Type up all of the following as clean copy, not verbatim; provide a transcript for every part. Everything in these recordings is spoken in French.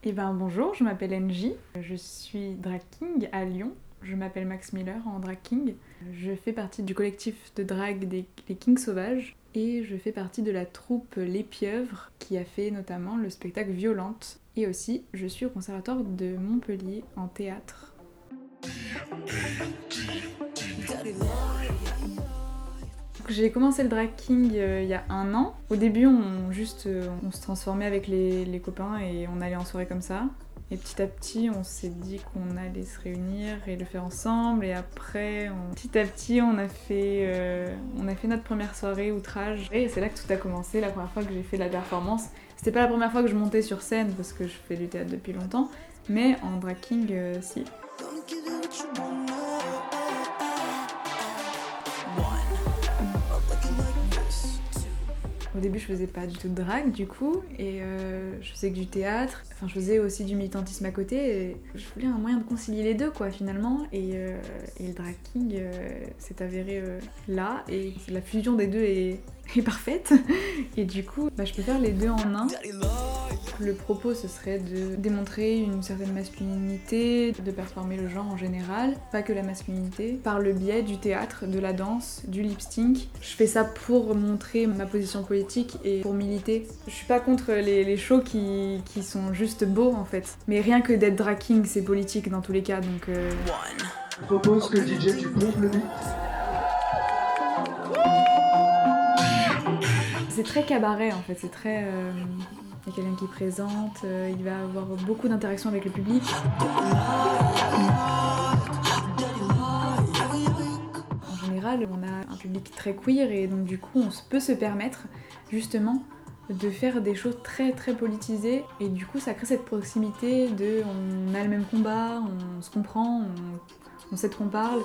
Bonjour, je m'appelle NJ, je suis drag king à Lyon, je m'appelle Max Miller en drag king. Je fais partie du collectif de drag les Kings Sauvages et je fais partie de la troupe Les Pieuvres qui a fait notamment le spectacle Violente. Et aussi, je suis au conservatoire de Montpellier en théâtre. J'ai commencé le drag king il y a 1 an. Au début, on se transformait avec les copains et on allait en soirée comme ça. Et petit à petit, on s'est dit qu'on allait se réunir et le faire ensemble. Et après, petit à petit, on a fait notre première soirée outrage. Et c'est là que tout a commencé, la première fois que j'ai fait la performance. C'était pas la première fois que je montais sur scène parce que je fais du théâtre depuis longtemps, mais en drag king, si. Au début, je faisais pas du tout de drague, du coup, et je faisais que du théâtre. Enfin, je faisais aussi du militantisme à côté, et je voulais un moyen de concilier les deux, quoi, finalement. Et le drag king s'est avéré là, et la fusion des deux est parfaite. Et du coup, je peux faire les deux en un. Le propos, ce serait de démontrer une certaine masculinité, de performer le genre en général, pas que la masculinité, par le biais du théâtre, de la danse, du lip sync. Je fais ça pour montrer ma position politique et pour militer. Je suis pas contre les shows qui sont juste beaux en fait. Mais rien que d'être drag king, c'est politique dans tous les cas, donc... Je propose que DJ tu pompes le beat. C'est très cabaret en fait, c'est très... Il y a quelqu'un qui présente, il va avoir beaucoup d'interactions avec le public. En général, on a un public très queer et donc du coup, on peut se permettre justement de faire des choses très très politisées et du coup, ça crée cette proximité de on a le même combat, on se comprend, on sait de quoi on parle.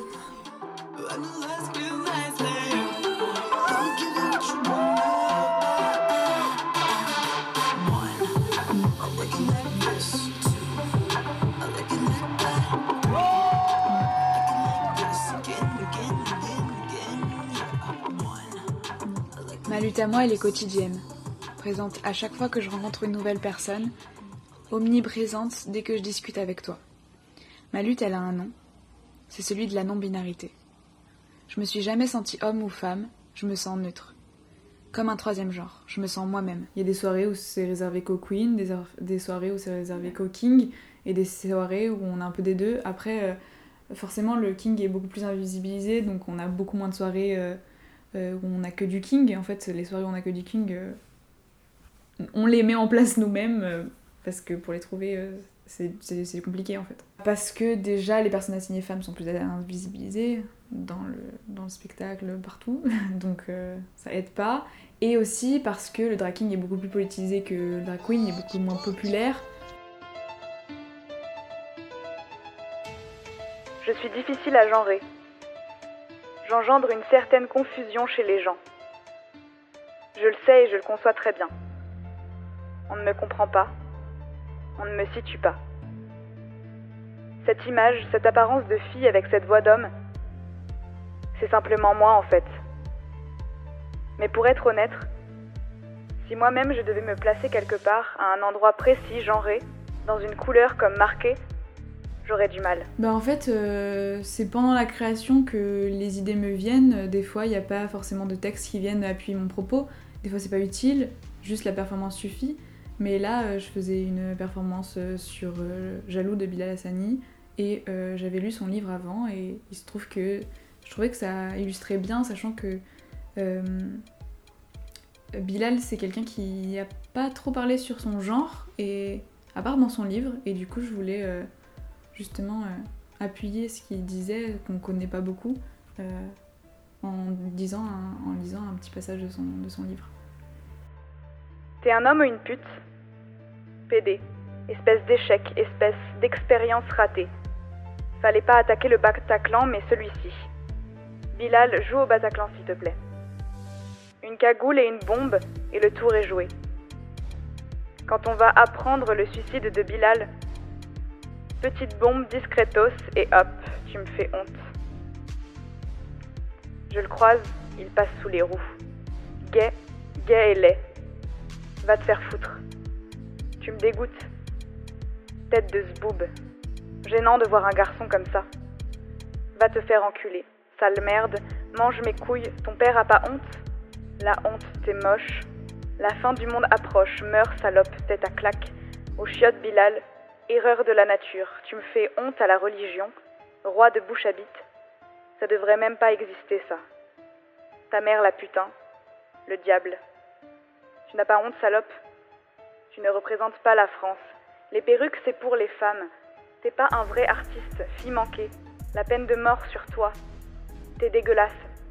Ma lutte à moi, elle est quotidienne, présente à chaque fois que je rencontre une nouvelle personne, omniprésente dès que je discute avec toi. Ma lutte, elle a un nom, c'est celui de la non-binarité. Je me suis jamais sentie homme ou femme, je me sens neutre. Comme un troisième genre, je me sens moi-même. Il y a des soirées où c'est réservé qu'aux queens, des soirées où c'est réservé qu'aux kings, et des soirées où on a un peu des deux. Après, forcément, le king est beaucoup plus invisibilisé, donc on a beaucoup moins de soirées... où on n'a que du king. En fait, les soirées où on n'a que du king, on les met en place nous-mêmes parce que pour les trouver, c'est compliqué en fait. Parce que déjà, les personnes assignées femmes sont plus invisibilisées dans le spectacle, partout, donc ça aide pas. Et aussi parce que le drag king est beaucoup plus politisé que le drag queen, il est beaucoup moins populaire. Je suis difficile à genrer. J'engendre une certaine confusion chez les gens. Je le sais et je le conçois très bien. On ne me comprend pas. On ne me situe pas. Cette image, cette apparence de fille avec cette voix d'homme, c'est simplement moi en fait. Mais pour être honnête, si moi-même je devais me placer quelque part, à un endroit précis, genré, dans une couleur comme marquée, j'aurais du mal. En fait, c'est pendant la création que les idées me viennent. Des fois, il n'y a pas forcément de textes qui viennent appuyer mon propos. Des fois, c'est pas utile, juste la performance suffit. Mais là, je faisais une performance sur Jaloux de Bilal Hassani et j'avais lu son livre avant et il se trouve que je trouvais que ça illustrait bien, sachant que Bilal, c'est quelqu'un qui n'a pas trop parlé sur son genre, et à part dans son livre, et du coup, je voulais... justement appuyer ce qu'il disait, qu'on connaît pas beaucoup, en lisant un petit passage de son livre. T'es un homme ou une pute ? PD. Espèce d'échec, espèce d'expérience ratée. Fallait pas attaquer le Bataclan, mais celui-ci. Bilal, joue au Bataclan s'il te plaît. Une cagoule et une bombe, et le tour est joué. Quand on va apprendre le suicide de Bilal, petite bombe discretos et hop, tu me fais honte. Je le croise, il passe sous les roues. Gay et laid. Va te faire foutre. Tu me dégoûtes. Tête de zboob. Gênant de voir un garçon comme ça. Va te faire enculer. Sale merde, mange mes couilles, ton père a pas honte? La honte, t'es moche. La fin du monde approche, meurs salope, tête à claque. Au chiotte Bilal, erreur de la nature, tu me fais honte à la religion. Roi de bouche à bite. Ça devrait même pas exister ça. Ta mère la putain, le diable. Tu n'as pas honte salope? Tu ne représentes pas la France. Les perruques c'est pour les femmes. T'es pas un vrai artiste, fille manquée. La peine de mort sur toi. T'es dégueulasse.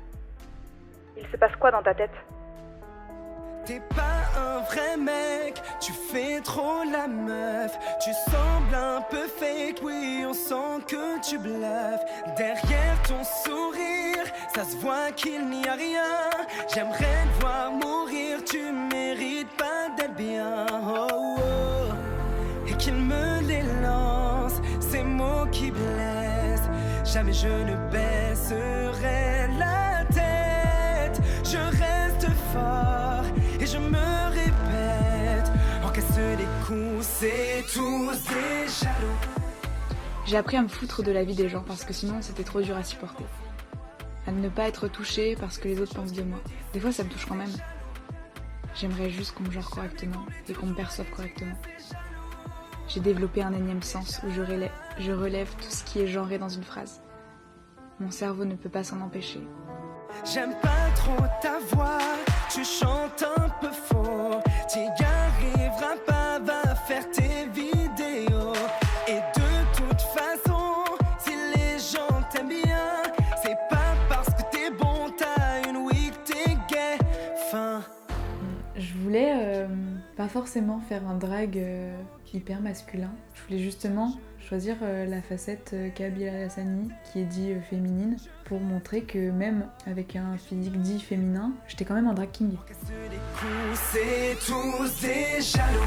Il se passe quoi dans ta tête? T'es pas un vrai mec, tu fais trop la meuf. Tu sembles un peu fake, oui, on sent que tu bluffes. Derrière ton sourire, ça se voit qu'il n'y a rien. J'aimerais te voir mourir, tu mérites pas d'être bien. Oh, oh. Et qu'il me les lance, ces mots qui blessent. Jamais je ne baisserai la tête. Je reste fort et je me répète. Encaisse les coups, c'est tous des jaloux. J'ai appris à me foutre de la vie des gens parce que sinon c'était trop dur à supporter. À ne pas être touchée parce que les autres pensent de moi. Des fois ça me touche quand même. J'aimerais juste qu'on me genre correctement et qu'on me perçoive correctement. J'ai développé un énième sens où je relève tout ce qui est genré dans une phrase. Mon cerveau ne peut pas s'en empêcher. J'aime pas trop ta voix, tu chantes un peu faux. T'y arriveras pas, va faire tes vidéos. Et de toute façon, si les gens t'aiment bien, c'est pas parce que t'es bon, t'as une week, t'es gay. Fin. Je voulais pas forcément faire un drag hyper masculin. Je voulais justement choisir la facette qu'a Bilal Hassani, qui est dit féminine, pour montrer que même avec un physique dit féminin, j'étais quand même un drag king. C'est tous des jaloux.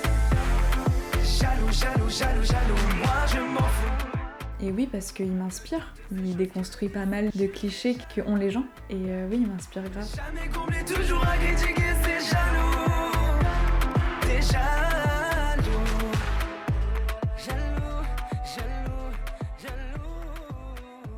Jaloux, jaloux, jaloux, jaloux, moi je m'en fous. Et oui, parce qu'il m'inspire. Il déconstruit pas mal de clichés qu'ont les gens. Et oui, il m'inspire grave. Jamais comblé, toujours à critiquer, c'est jaloux. T'es jaloux. Jaloux, jaloux, jaloux.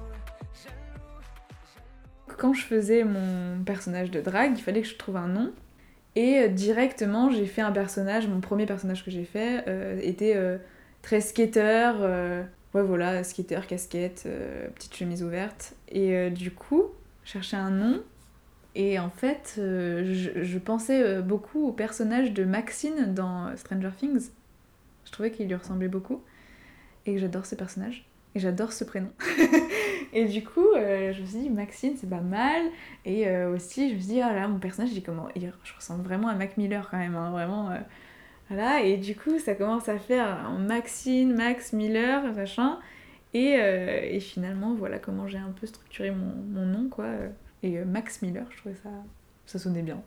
Quand je faisais mon personnage de drague, il fallait que je trouve un nom. Et directement, j'ai fait un personnage. Mon premier personnage que j'ai fait était très skater. Ouais, voilà, skater, casquette, petite chemise ouverte. Et du coup, je cherchais un nom. Et en fait, je pensais beaucoup au personnage de Maxine dans Stranger Things. Je trouvais qu'il lui ressemblait beaucoup. Et que j'adore ce personnage. Et j'adore ce prénom. Et du coup, je me suis dit, Maxine, c'est pas mal. Et aussi, je me suis dit, ah là, mon personnage, je ressemble vraiment à Mac Miller quand même, hein, vraiment. Voilà, et du coup, ça commence à faire Maxine, Max Miller, machin. Et finalement, voilà comment j'ai un peu structuré mon nom, quoi. Et Max Miller, je trouvais ça sonnait bien.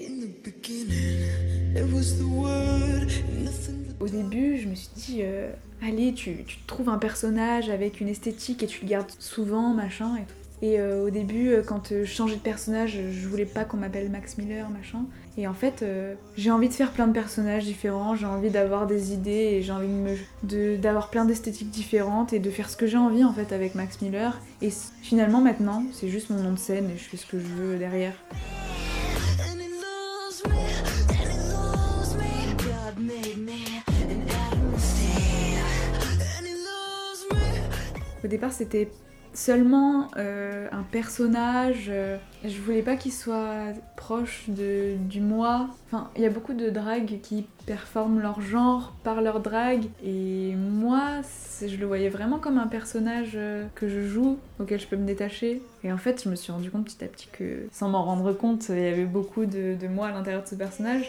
Au début, je me suis dit, allez, tu te trouves un personnage avec une esthétique et tu le gardes souvent, machin, et tout. Et au début, quand je changeais de personnage, je voulais pas qu'on m'appelle Max Miller, machin. Et en fait, j'ai envie de faire plein de personnages différents, j'ai envie d'avoir des idées et j'ai envie d'avoir plein d'esthétiques différentes et de faire ce que j'ai envie en fait avec Max Miller. Et finalement maintenant, c'est juste mon nom de scène et je fais ce que je veux derrière. Au départ, c'était seulement un personnage. Je voulais pas qu'il soit proche du moi. Enfin, il y a beaucoup de dragues qui performent leur genre par leur drague. Et moi, je le voyais vraiment comme un personnage que je joue, auquel je peux me détacher. Et en fait, je me suis rendu compte petit à petit que, sans m'en rendre compte, il y avait beaucoup de moi à l'intérieur de ce personnage.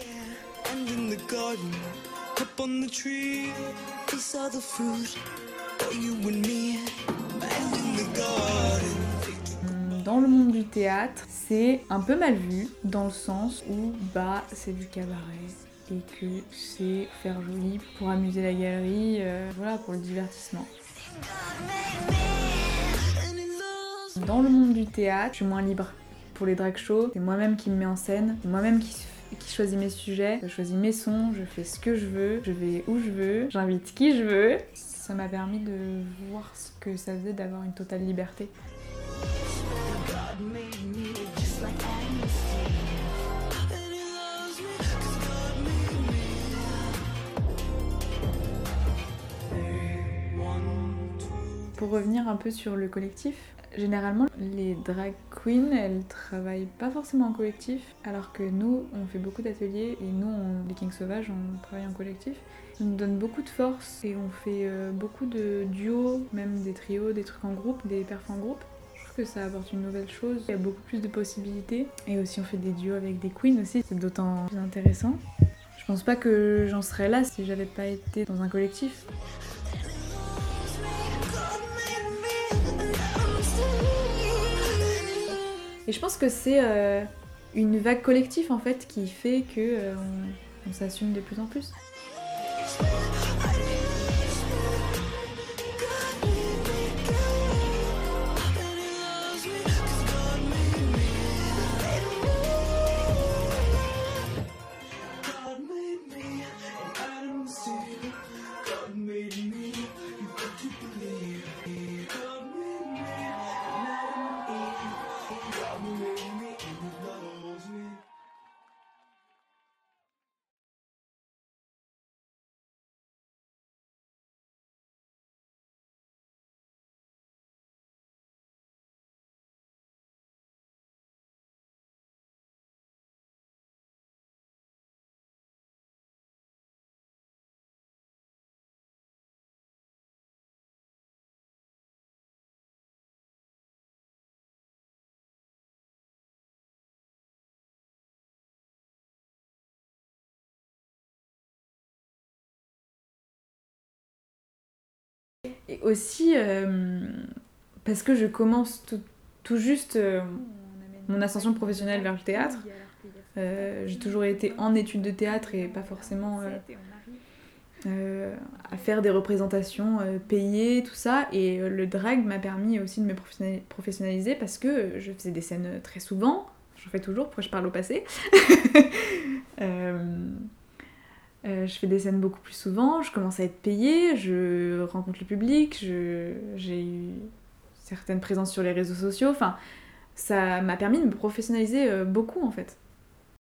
Dans le monde du théâtre, c'est un peu mal vu, dans le sens où c'est du cabaret et que c'est faire joli pour amuser la galerie, voilà, pour le divertissement. Dans le monde du théâtre, je suis moins libre. Pour les drag shows, c'est moi-même qui me mets en scène, c'est moi-même qui choisit mes sujets, je choisis mes sons, je fais ce que je veux, je vais où je veux, j'invite qui je veux. Ça m'a permis de voir ce que ça faisait d'avoir une totale liberté. Pour revenir un peu sur le collectif, généralement les drag queens elles travaillent pas forcément en collectif, alors que nous on fait beaucoup d'ateliers et nous les Kings Sauvages on travaille en collectif. Ça nous donne beaucoup de force et on fait beaucoup de duos, même des trios, des trucs en groupe, des perfs en groupe. Je trouve que ça apporte une nouvelle chose, il y a beaucoup plus de possibilités. Et aussi on fait des duos avec des queens aussi, c'est d'autant plus intéressant. Je pense pas que j'en serais là si j'avais pas été dans un collectif. Et je pense que c'est une vague collective en fait qui fait que on s'assume de plus en plus. Et aussi parce que je commence tout juste mon ascension professionnelle vers le théâtre. J'ai toujours été en études de théâtre et pas forcément à faire des représentations payées, tout ça. Et le drag m'a permis aussi de me professionnaliser parce que je faisais des scènes très souvent. J'en fais toujours, pourquoi je parle au passé. Je fais des scènes beaucoup plus souvent, je commence à être payée, je rencontre le public, j'ai eu certaines présences sur les réseaux sociaux, enfin, ça m'a permis de me professionnaliser beaucoup en fait.